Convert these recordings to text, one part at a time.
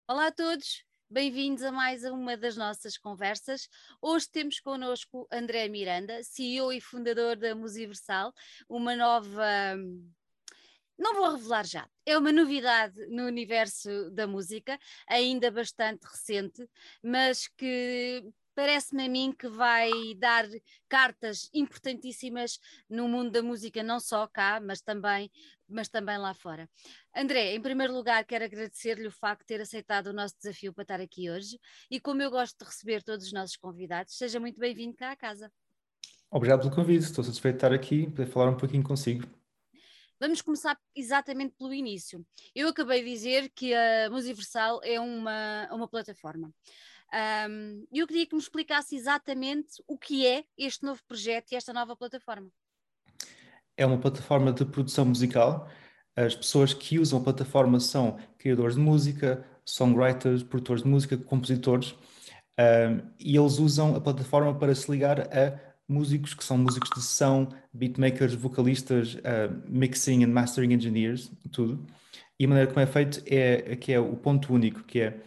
Olá a todos, bem-vindos a mais uma das nossas conversas. Hoje temos connosco André Miranda, CEO e fundador da Musiversal, uma nova. Não vou revelar já, é uma novidade no universo da música, ainda bastante recente, mas que parece-me a mim que vai dar cartas importantíssimas no mundo da música, não só cá, mas também lá fora. André, em primeiro lugar, quero agradecer-lhe o facto de ter aceitado o nosso desafio para estar aqui hoje e como eu gosto de receber todos os nossos convidados, seja muito bem-vindo cá à casa. Obrigado pelo convite, estou satisfeito de estar aqui e poder falar um pouquinho consigo. Vamos começar exatamente pelo início. Eu acabei de dizer que a Musiversal é uma plataforma. E eu queria que me explicasse exatamente o que é este novo projeto e esta nova plataforma. É uma plataforma de produção musical. As pessoas que usam a plataforma são criadores de música, songwriters, produtores de música, compositores, e eles usam a plataforma para se ligar a músicos que são músicos de sessão, beatmakers, vocalistas, mixing and mastering engineers, tudo. E a maneira como é feito é que é o ponto único, que é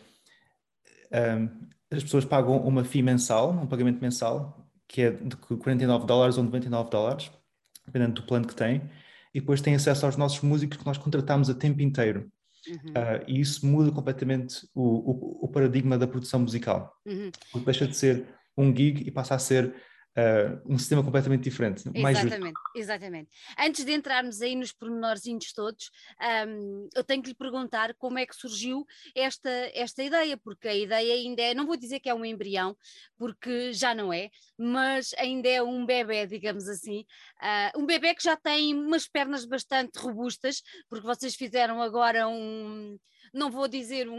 as pessoas pagam uma fee mensal, um pagamento mensal, que é de $49 ou $99, dependendo do plano que têm, e depois têm acesso aos nossos músicos que nós contratamos a tempo inteiro. Uhum, E isso muda completamente o paradigma da produção musical, uhum. porque deixa de ser um gig e passa a ser um sistema completamente diferente, mais justo. Exatamente, exatamente. Antes de entrarmos aí nos pormenorzinhos todos, eu tenho que lhe perguntar como é que surgiu esta ideia, porque a ideia ainda é, não vou dizer que é um embrião, porque já não é, mas ainda é um bebé, digamos assim, um bebé que já tem umas pernas bastante robustas, porque vocês fizeram agora não vou dizer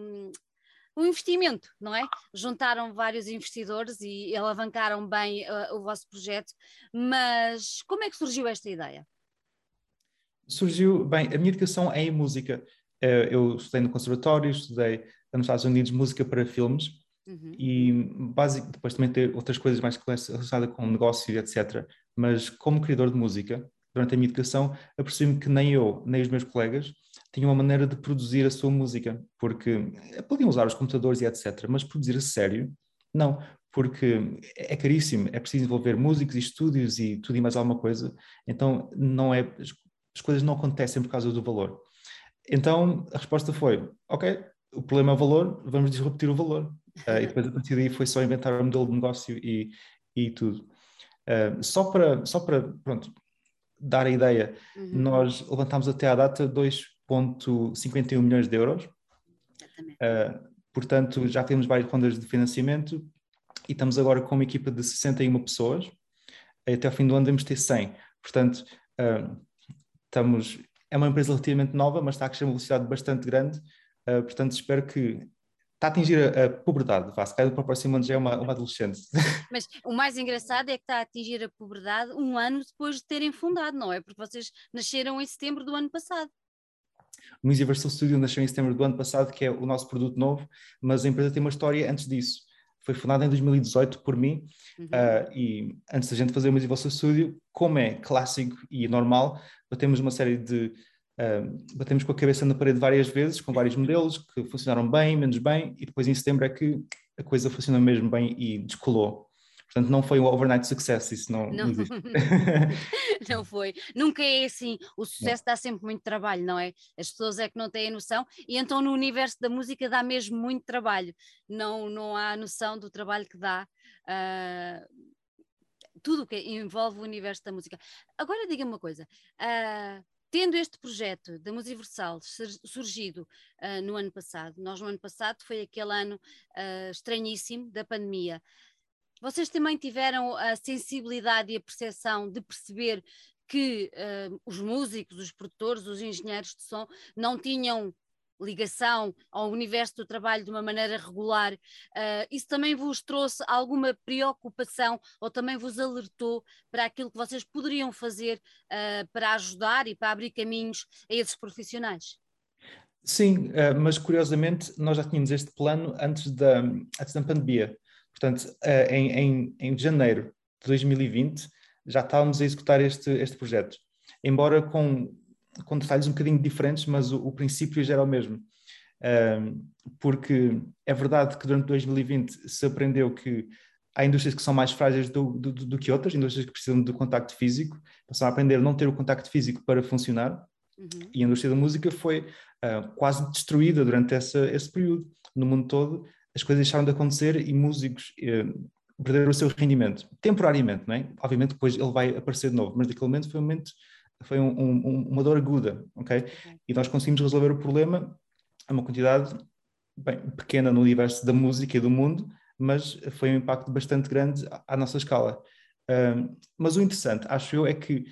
um investimento, não é? Juntaram vários investidores e alavancaram bem o vosso projeto, mas como é que surgiu esta ideia? Surgiu, bem, a minha educação é em música. Eu estudei no conservatório, estudei nos Estados Unidos música para filmes Uhum, e depois também ter outras coisas mais relacionadas com negócio, etc. Mas como criador de música, durante a minha educação, apercebi-me que nem eu, nem os meus colegas tinham uma maneira de produzir a sua música, porque podiam usar os computadores e etc., mas produzir a sério, não, porque é caríssimo, é preciso envolver músicos e estúdios e tudo e mais alguma coisa, então não é, as coisas não acontecem por causa do valor. Então a resposta foi: ok, o problema é o valor, vamos disruptir o valor. E depois a partir daí foi só inventar o modelo de negócio e tudo. Só para pronto, dar a ideia, uhum, nós levantámos até à data 2,51 milhões de euros. exatamente. Portanto, já temos várias rondas de financiamento e estamos agora com uma equipa de 61 pessoas. Até ao fim do ano devemos ter 100. Portanto, uh, estamos, é uma empresa relativamente nova, mas está a crescer a uma velocidade bastante grande. Portanto, espero que está a atingir a puberdade. Vá, se calhar para o próximo ano já é uma adolescente. Mas o mais engraçado é que está a atingir a puberdade um ano depois de terem fundado, não é? Porque vocês nasceram em setembro do ano passado. O Musiversal Studio nasceu em setembro do ano passado, que é o nosso produto novo, mas a empresa tem uma história antes disso. Foi fundada em 2018 por mim, Uhum. e antes da gente fazer o Musiversal Studio, como é clássico e normal, batemos uma série de batemos com a cabeça na parede várias vezes, com vários modelos que funcionaram bem, menos bem, e depois em setembro é que a coisa funcionou mesmo bem e descolou. Portanto, não foi um overnight success, isso não Não, existe. não foi. Nunca é assim. O Não. sucesso dá sempre muito trabalho, não é? As pessoas é que não têm a noção, e então no universo da música dá mesmo muito trabalho. Não há noção do trabalho que dá. ah, Tudo o que envolve o universo da música. Agora diga-me uma coisa. Tendo este projeto da Musiversal surgido no ano passado, nós no ano passado foi aquele ano estranhíssimo da pandemia. Vocês também tiveram a sensibilidade e a percepção de perceber que os músicos, os produtores, os engenheiros de som não tinham ligação ao universo do trabalho de uma maneira regular. Isso também vos trouxe alguma preocupação ou também vos alertou para aquilo que vocês poderiam fazer para ajudar e para abrir caminhos a esses profissionais? Sim, mas curiosamente nós já tínhamos este plano antes da pandemia. Portanto, em janeiro de 2020 já estávamos a executar este projeto. Embora com detalhes um bocadinho diferentes, mas o princípio já era o mesmo. porque é verdade que durante 2020 se aprendeu que há indústrias que são mais frágeis do que outras, indústrias que precisam do contacto físico, passaram a aprender a não ter o contacto físico para funcionar, e a indústria da música foi quase destruída durante esse período. No mundo todo, as coisas deixaram de acontecer e músicos perderam o seu rendimento, temporariamente, não é? Obviamente depois ele vai aparecer de novo, mas naquele momento foi um momento, foi uma dor aguda, ok? E nós conseguimos resolver o problema a uma quantidade bem pequena no universo da música e do mundo, mas foi um impacto bastante grande à nossa escala. Mas o interessante, acho eu, é que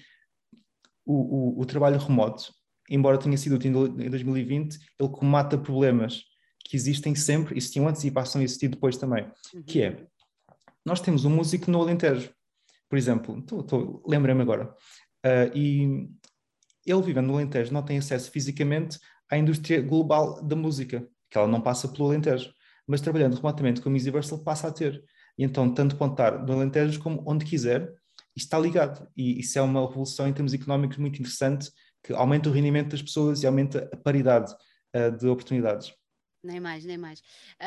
o trabalho remoto, embora tenha sido útil em 2020, ele comata problemas que existem sempre, existiam antes e passam a existir depois também, que é, nós temos um músico no Alentejo, por exemplo, lembrei-me agora, e ele vivendo no Alentejo não tem acesso fisicamente à indústria global da música, que ela não passa pelo Alentejo, mas trabalhando remotamente com a Musiversal passa a ter. E então, tanto pode estar no Alentejo como onde quiser, e está ligado. E isso é uma revolução em termos económicos muito interessante, que aumenta o rendimento das pessoas e aumenta a paridade de oportunidades. Nem mais, nem mais.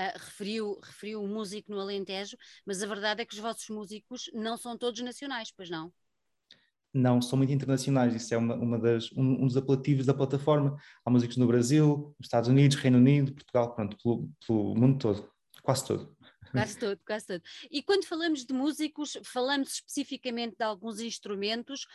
Referiu o músico no Alentejo, mas a verdade é que os vossos músicos não são todos nacionais, pois não? Não, são muito internacionais, isso é um dos apelativos da plataforma. Há músicos no Brasil, nos Estados Unidos, Reino Unido, Portugal, pronto, pelo mundo todo, quase todo. Quase todo, quase todo. E quando falamos de músicos, falamos especificamente de alguns instrumentos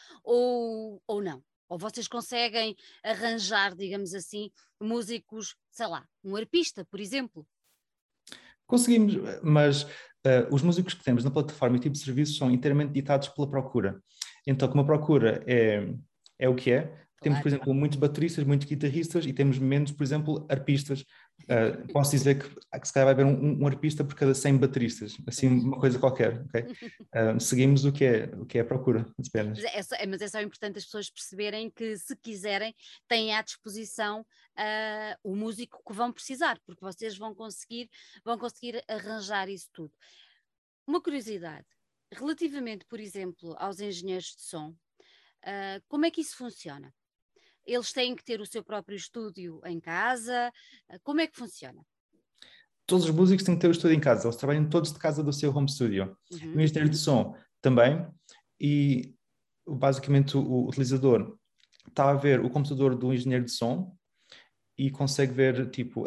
ou não? Ou vocês conseguem arranjar, digamos assim, músicos, sei lá, um arpista, por exemplo? Conseguimos, mas os músicos que temos na plataforma e tipo de serviços são inteiramente ditados pela procura. Então, como a procura é o que é, temos, por Claro. exemplo, muitos bateristas, muitos guitarristas e temos menos, por exemplo, arpistas. Posso dizer que se calhar vai haver um arpista por cada 100 bateristas, assim, Pois. uma coisa qualquer, ok? Seguimos o que é a procura, apenas. Mas é só importante as pessoas perceberem que, se quiserem, têm à disposição o músico que vão precisar, porque vocês vão conseguir arranjar isso tudo. Uma curiosidade, relativamente, por exemplo, aos engenheiros de som, como é que isso funciona? Eles têm que ter o seu próprio estúdio em casa? Como é que funciona? Todos os músicos têm que ter o estúdio em casa, eles trabalham todos de casa do seu home studio. O Uhum. engenheiro de som também, e basicamente o utilizador está a ver o computador do engenheiro de som e consegue ver tipo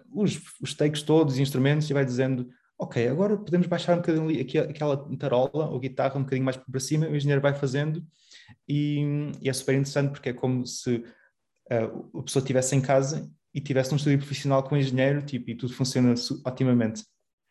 os takes todos, os instrumentos, e vai dizendo: ok, agora podemos baixar um bocadinho ali, aquela tarola ou guitarra um bocadinho mais para cima. O engenheiro vai fazendo e é super interessante, porque é como se a pessoa estivesse em casa e tivesse um estúdio profissional com um engenheiro, tipo, e tudo funciona otimamente.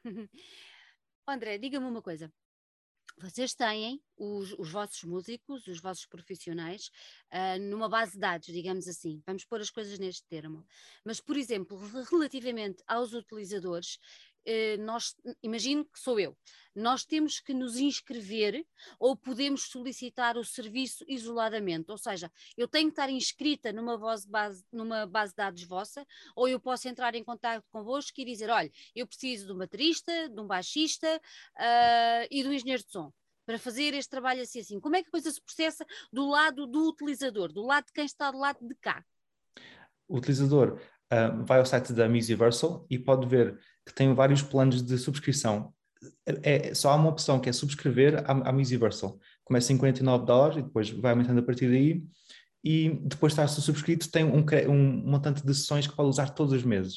André, diga-me uma coisa. Vocês têm os vossos músicos, os vossos profissionais, numa base de dados, digamos assim. Vamos pôr as coisas neste termo. Mas, por exemplo, relativamente aos utilizadores, imagino que sou eu. Nós temos que nos inscrever ou podemos solicitar o serviço isoladamente. Ou seja, eu tenho que estar inscrita numa base de dados vossa, ou eu posso entrar em contato convosco e dizer: olha, eu preciso de um baterista, de um baixista, e do engenheiro de som para fazer este trabalho assim assim. Como é que a coisa se processa do lado do utilizador, do lado de quem está do lado de cá? O utilizador vai ao site da Musiversal e pode ver que tem vários planos de subscrição. Só há uma opção, que é subscrever à Musiversal. Começa em $49 e depois vai aumentando a partir daí. E depois de estar subscrito, tem um montante de sessões que pode usar todos os meses.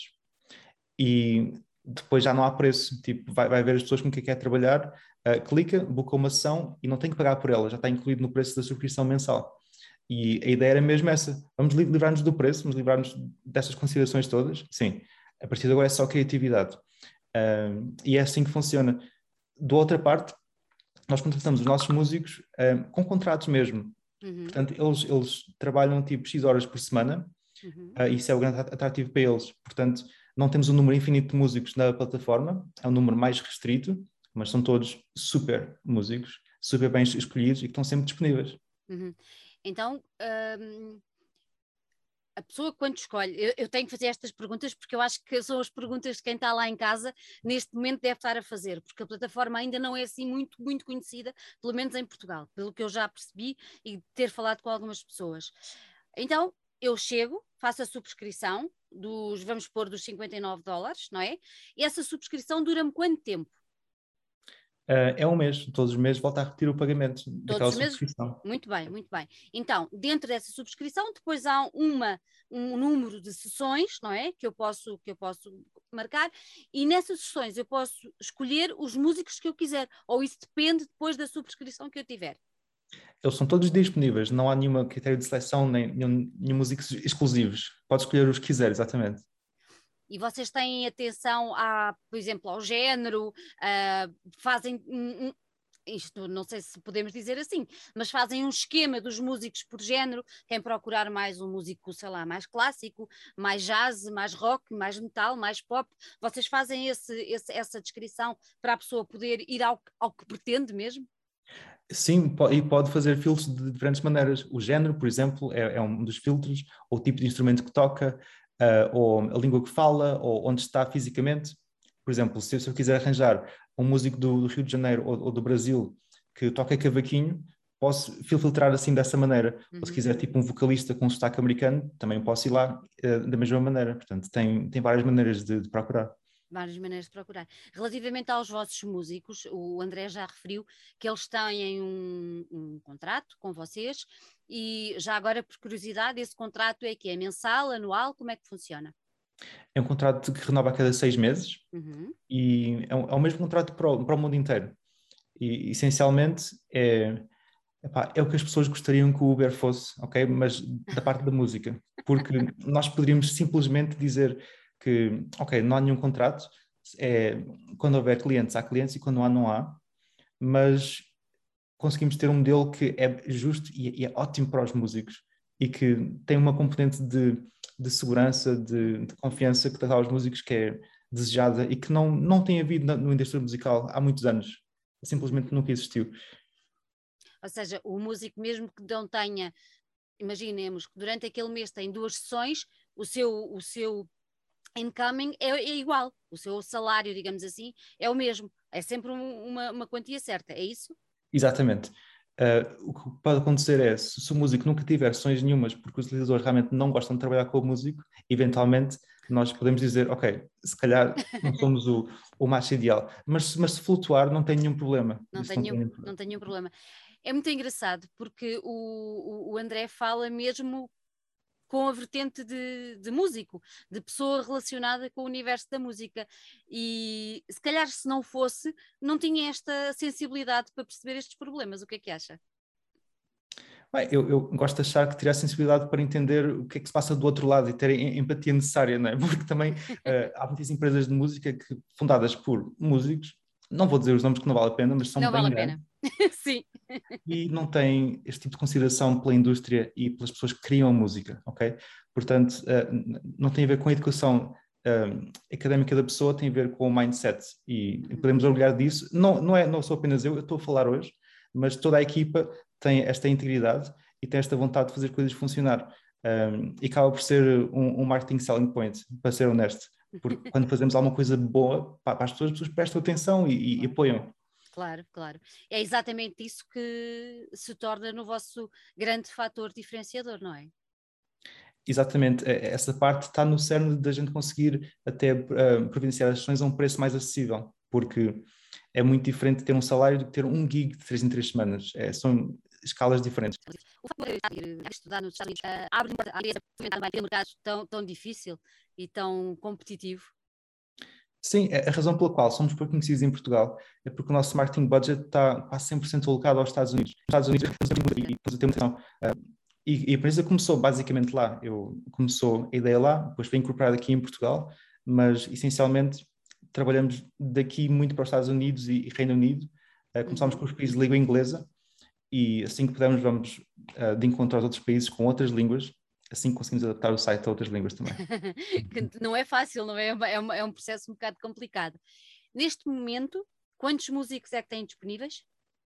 E depois já não há preço. Tipo, vai ver as pessoas com quem quer trabalhar, clica, boca uma sessão e não tem que pagar por ela, já está incluído no preço da subscrição mensal. E a ideia era mesmo essa: vamos livrar-nos do preço, vamos livrar-nos dessas considerações todas. Sim, a partir de agora é só criatividade. E é assim que funciona. Da outra parte, nós contratamos os nossos músicos com contratos mesmo. Uhum, Portanto, eles trabalham tipo X horas por semana, uhum. isso é o grande atrativo para eles. Portanto, não temos um número infinito de músicos na plataforma, é um número mais restrito, mas são todos super músicos, super bem escolhidos e que estão sempre disponíveis. Uhum. Então, a pessoa quando escolhe, eu tenho que fazer estas perguntas porque eu acho que são as perguntas que quem está lá em casa neste momento deve estar a fazer, porque a plataforma ainda não é assim muito, muito conhecida, pelo menos em Portugal, pelo que eu já percebi e ter falado com algumas pessoas. Então, eu chego, faço a subscrição vamos pôr dos $59, não é? E essa subscrição dura-me quanto tempo? É um mês, todos os meses volta a repetir o pagamento Todos daquela os meses? subscrição. Muito bem, muito bem. Então, dentro dessa subscrição, depois há um número de sessões, não é? Que eu posso marcar, e nessas sessões eu posso escolher os músicos que eu quiser, ou isso depende depois da subscrição que eu tiver. Eles são todos disponíveis, não há nenhum critério de seleção, nem músicos exclusivos. Podes escolher os que quiser, exatamente. E vocês têm atenção, por exemplo, ao género, fazem isto não sei se podemos dizer assim, mas fazem um esquema dos músicos por género, quem procurar mais um músico, sei lá, mais clássico, mais jazz, mais rock, mais metal, mais pop, vocês fazem essa descrição para a pessoa poder ir ao que pretende mesmo? Sim, e pode fazer filtros de diferentes maneiras. O género, por exemplo, é um dos filtros, ou o tipo de instrumento que toca, ou a língua que fala, ou onde está fisicamente. Por exemplo, se eu quiser arranjar um músico do Rio de Janeiro ou do Brasil que toca cavaquinho, posso filtrar assim dessa maneira. Ou se quiser tipo um vocalista com um sotaque americano, também posso ir lá da mesma maneira. Portanto, tem várias maneiras de procurar. Várias maneiras de procurar. Relativamente aos vossos músicos, o André já referiu que eles têm um contrato com vocês e já agora, por curiosidade, esse contrato é que é mensal, anual, como é que funciona? É um contrato que renova a cada 6 meses e é o mesmo contrato para o mundo inteiro. E essencialmente é o que as pessoas gostariam que o Uber fosse, ok? Mas da parte da música. Porque nós poderíamos simplesmente dizer que, ok, não há nenhum contrato, quando houver clientes, há clientes e quando não há, não há, mas conseguimos ter um modelo que é justo e é ótimo para os músicos e que tem uma componente de segurança, de confiança que dá aos músicos que é desejada e que não tem havido no indústria musical há muitos anos. Simplesmente nunca existiu. Ou seja, o músico mesmo que não tenha, imaginemos que durante aquele mês tem 2 sessões, o seu incoming é igual, o seu salário, digamos assim, é o mesmo, é sempre uma quantia certa, é isso? Exatamente. O que pode acontecer é, se o músico nunca tiver sessões nenhumas, porque os utilizadores realmente não gostam de trabalhar com o músico, eventualmente nós podemos dizer, ok, se calhar não somos o macho ideal, mas se flutuar não tem nenhum problema. Não Isso não tem tenho, nenhum problema. não tenho problema. É muito engraçado porque o André fala mesmo com a vertente de músico, de pessoa relacionada com o universo da música. E se calhar, se não fosse, não tinha esta sensibilidade para perceber estes problemas. O que é que acha? Bem, eu gosto de achar que teria a sensibilidade para entender o que é que se passa do outro lado e ter a empatia necessária, não é? Porque também há muitas empresas de música fundadas por músicos, não vou dizer os nomes que não vale a pena, mas são Não vale bem a grandes pena. Sim. e não têm este tipo de consideração pela indústria e pelas pessoas que criam a música, ok? Portanto, não tem a ver com a educação académica da pessoa, tem a ver com o mindset e podemos orgulhar disso. Não sou apenas eu estou a falar hoje, mas toda a equipa tem esta integridade e tem esta vontade de fazer coisas funcionar. E acaba por ser um marketing selling point, para ser honesto. Porque quando fazemos alguma coisa boa para as pessoas prestam atenção e apoiam. Claro, claro. É exatamente isso que se torna no vosso grande fator diferenciador, não é? Exatamente, essa parte está no cerne da gente conseguir até providenciar as sessões a um preço mais acessível, porque é muito diferente ter um salário do que ter um gig de 3 em 3 semanas. São escalas diferentes. O facto de ir estudar nos Estados Unidos abre uma porta a um mercado tão difícil e tão competitivo. Sim, a razão pela qual somos pouco conhecidos em Portugal é porque o nosso marketing budget está quase 100% alocado aos Estados Unidos. Os Estados Unidos têm uma atenção. E a empresa começou basicamente lá. Começou a ideia lá, depois foi incorporada aqui em Portugal, mas essencialmente trabalhamos daqui muito para os Estados Unidos e Reino Unido. Começámos com os países de língua inglesa e assim que pudermos vamos de encontro aos outros países com outras línguas, assim conseguimos adaptar o site a outras línguas também. Não é fácil, não é? É um processo um bocado complicado. Neste momento, quantos músicos é que têm disponíveis?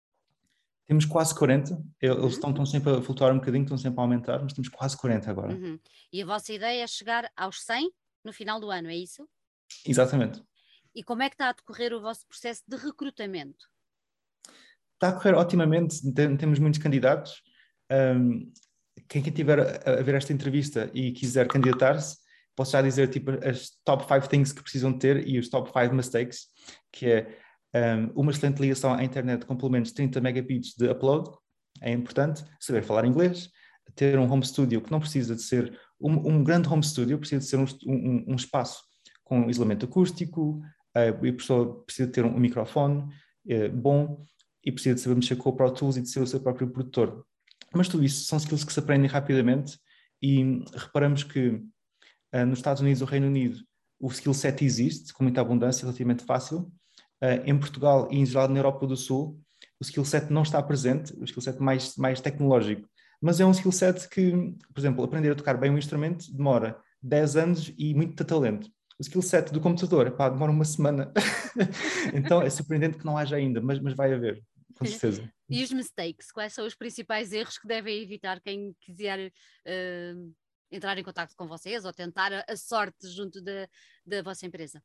Temos quase 40, eles estão sempre a flutuar um bocadinho, estão sempre a aumentar, mas temos quase 40 agora. E a vossa ideia é chegar aos 100 no final do ano, é isso? Exatamente. E como é que está a decorrer o vosso processo de recrutamento? Está a correr otimamente, temos muitos candidatos. quem tiver a ver esta entrevista e quiser candidatar-se, posso já dizer tipo as top 5 things que precisam ter e os top 5 mistakes, que é uma excelente ligação à internet com pelo menos 30 megabits de upload, é importante, saber falar inglês, ter um home studio que não precisa de ser um grande home studio, precisa de ser um espaço com isolamento acústico, e a pessoa precisa ter um microfone bom e precisa de saber mexer com o Pro Tools e de ser o seu próprio produtor. Mas tudo isso são skills que se aprendem rapidamente e reparamos que nos Estados Unidos ou Reino Unido o skill set existe com muita abundância, relativamente fácil. Em Portugal e em geral na Europa do Sul o skill set não está presente, o skill set mais tecnológico, mas é um skill set que, por exemplo, aprender a tocar bem um instrumento demora 10 anos e muito talento. O skill set do computador, pá, demora uma semana. Então é surpreendente que não haja ainda, mas vai haver, com certeza. E os mistakes? Quais são os principais erros que devem evitar quem quiser entrar em contato com vocês ou tentar a sorte junto da vossa empresa?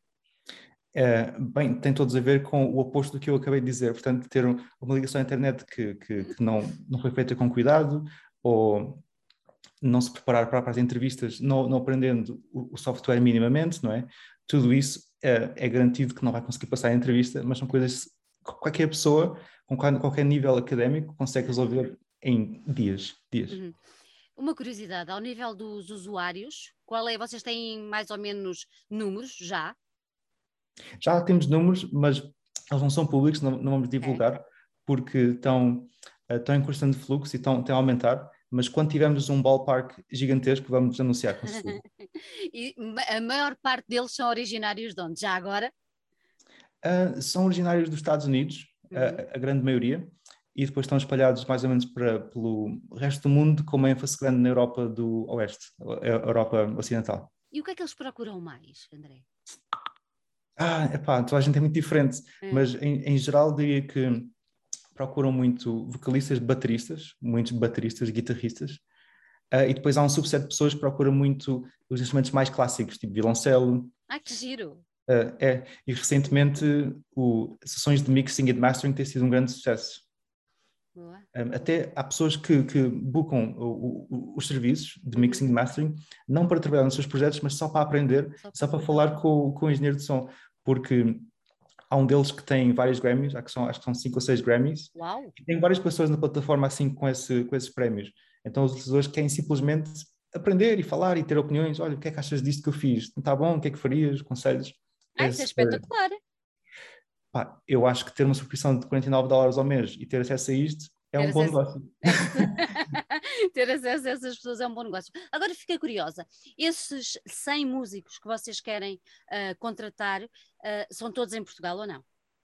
Bem, tem todos a ver com o oposto do que eu acabei de dizer, portanto, ter uma ligação à internet que não foi feita com cuidado, ou não se preparar para as entrevistas, não aprendendo o software minimamente, não é? Tudo isso é garantido que não vai conseguir passar a entrevista, mas são coisas que qualquer pessoa, com qualquer nível académico, consegue resolver em dias. Uhum. Uma curiosidade, ao nível dos usuários, vocês têm mais ou menos números já? Já temos números, mas eles não são públicos, não vamos divulgar, porque estão em constante fluxo e estão a aumentar, mas quando tivermos um ballpark gigantesco, vamos anunciar com certeza. E a maior parte deles são originários de onde? Já agora? São originários dos Estados Unidos, a grande maioria, e depois estão espalhados mais ou menos pelo resto do mundo, com uma ênfase grande na Europa do Oeste, a Europa Ocidental. E o que é que eles procuram mais, André? Toda a gente é muito diferente, mas em geral diria que procuram muito vocalistas, bateristas, muitos bateristas, guitarristas, e depois há um subset de pessoas que procuram muito os instrumentos mais clássicos, tipo violoncelo. Ai, que giro! E recentemente sessões de mixing e de mastering têm sido um grande sucesso. Boa. Até há pessoas que buscam os serviços de mixing e mastering, não para trabalhar nos seus projetos, mas só para aprender, só para falar com o engenheiro de som, porque há um deles que tem vários Grammys, acho que são 5 ou 6 Grammys. Uau. E tem várias pessoas na plataforma assim com esses prémios. Então os utilizadores querem simplesmente aprender e falar e ter opiniões. Olha, o que é que achas disto que eu fiz? Não está bom? O que é que farias? Conselhos? Isso é espetacular. Eu acho que ter uma subscrição de $49 ao mês e ter acesso a isto é um bom negócio. Ter acesso a essas pessoas é um bom negócio. Agora fiquei curiosa, esses 100 músicos que vocês querem contratar, são todos em Portugal ou não?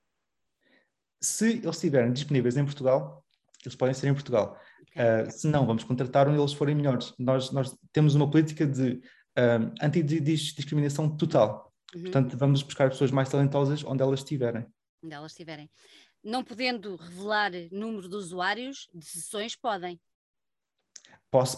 Se eles estiverem disponíveis em Portugal, eles podem ser em Portugal. Okay. Se não, vamos contratar onde eles forem melhores. Nós temos uma política de antidiscriminação total. Portanto, vamos buscar pessoas mais talentosas onde elas estiverem. Onde elas estiverem. Não podendo revelar número de usuários, de sessões, podem? Posso.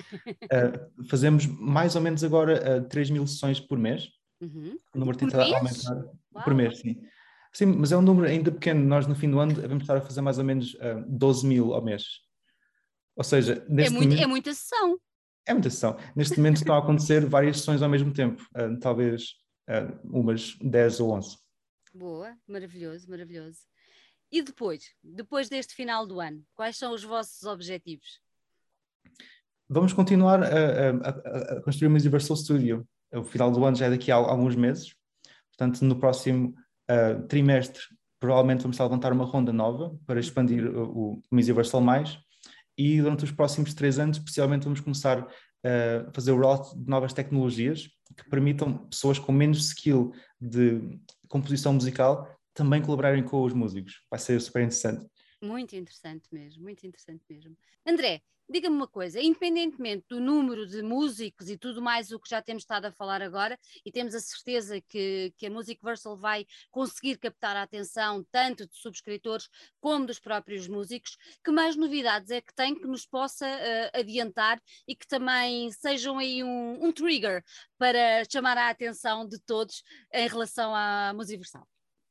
Fazemos mais ou menos agora 3.000 sessões por mês. O número tenta aumentar. Uau. Por mês, sim. Sim, mas é um número ainda pequeno. Nós, no fim do ano, vamos estar a fazer mais ou menos 12.000 ao mês. Ou seja, é muita sessão. É muita sessão. Neste momento estão a acontecer várias sessões ao mesmo tempo. Talvez umas 10 ou 11. Boa, maravilhoso. E depois deste final do ano, quais são os vossos objetivos? Vamos continuar a construir o Musiversal Studio. O final do ano já é daqui a alguns meses. Portanto, no próximo trimestre, provavelmente vamos estar a levantar uma ronda nova para expandir o Musiversal mais. E durante os próximos 3 anos, especialmente, vamos começar a fazer o rollout de novas tecnologias que permitam pessoas com menos skill de composição musical também colaborarem com os músicos. Vai ser super interessante. Muito interessante mesmo. André, diga-me uma coisa, independentemente do número de músicos e tudo mais o que já temos estado a falar agora, e temos a certeza que a Musiversal vai conseguir captar a atenção tanto de subscritores como dos próprios músicos, que mais novidades é que tem que nos possa adiantar e que também sejam aí um trigger para chamar a atenção de todos em relação à Musiversal?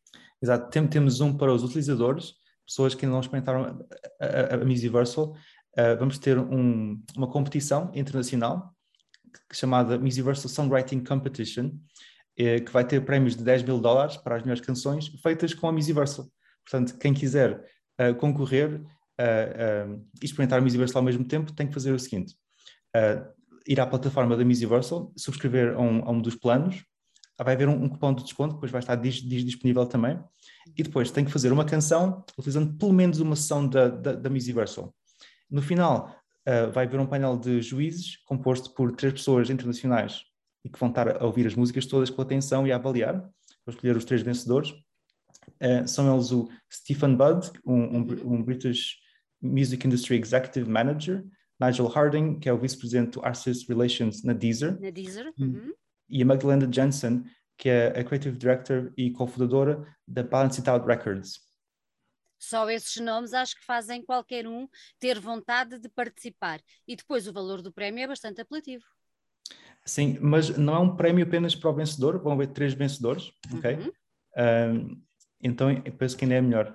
Exato, temos um para os utilizadores, pessoas que ainda não experimentaram a Musiversal. vamos ter uma competição internacional chamada Musiversal Songwriting Competition, que vai ter prémios de $10.000 para as melhores canções feitas com a Musiversal. Portanto, quem quiser concorrer e experimentar a Musiversal ao mesmo tempo tem que fazer o seguinte: ir à plataforma da Musiversal, subscrever a um dos planos, vai haver um cupom de desconto, depois vai estar disponível também, e depois tem que fazer uma canção utilizando pelo menos uma sessão da Musiversal. No final, vai haver um painel de juízes composto por 3 pessoas internacionais e que vão estar a ouvir as músicas todas com atenção e a avaliar, para escolher os 3 vencedores. São eles o Stephen Budd, um British Music Industry Executive Manager, Nigel Harding, que é o vice-presidente do Artist Relations na Deezer. E a Magdalena Jensen, que é a Creative Director e cofundadora da Balance It Out Records. Só esses nomes acho que fazem qualquer um ter vontade de participar. E depois o valor do prémio é bastante apelativo. Sim, mas não é um prémio apenas para o vencedor, vão haver 3 vencedores, ok? Então eu penso que ainda é melhor.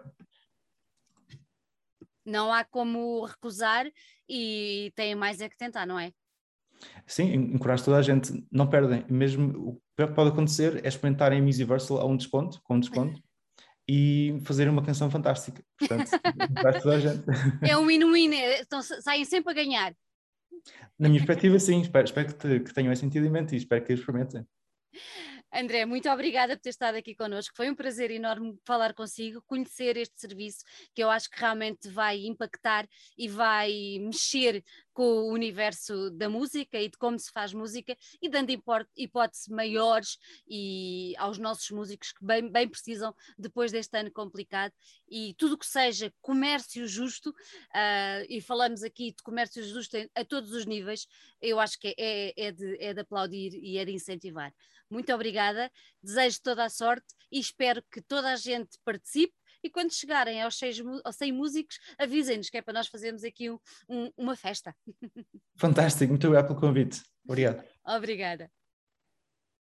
Não há como recusar e tem mais é que tentar, não é? Sim, encorajo toda a gente, não perdem. Mesmo o pior que pode acontecer é experimentarem a Musiversal com um desconto, e fazerem uma canção fantástica. Portanto, encorajo toda a gente. É um win-win, então saem sempre a ganhar. Na minha perspectiva, sim, espero que tenham esse sentido em mente e espero que experimentem. André, muito obrigada por ter estado aqui connosco. Foi um prazer enorme falar consigo, conhecer este serviço que eu acho que realmente vai impactar e vai mexer com o universo da música e de como se faz música e dando hipóteses maiores e aos nossos músicos que bem precisam depois deste ano complicado, e tudo que seja comércio justo, e falamos aqui de comércio justo a todos os níveis, eu acho que é de aplaudir e é de incentivar. Muito obrigada, desejo toda a sorte e espero que toda a gente participe, e quando chegarem aos 100 músicos, avisem-nos, que é para nós fazermos aqui uma festa. Fantástico, muito obrigado pelo convite. Obrigado. Obrigada.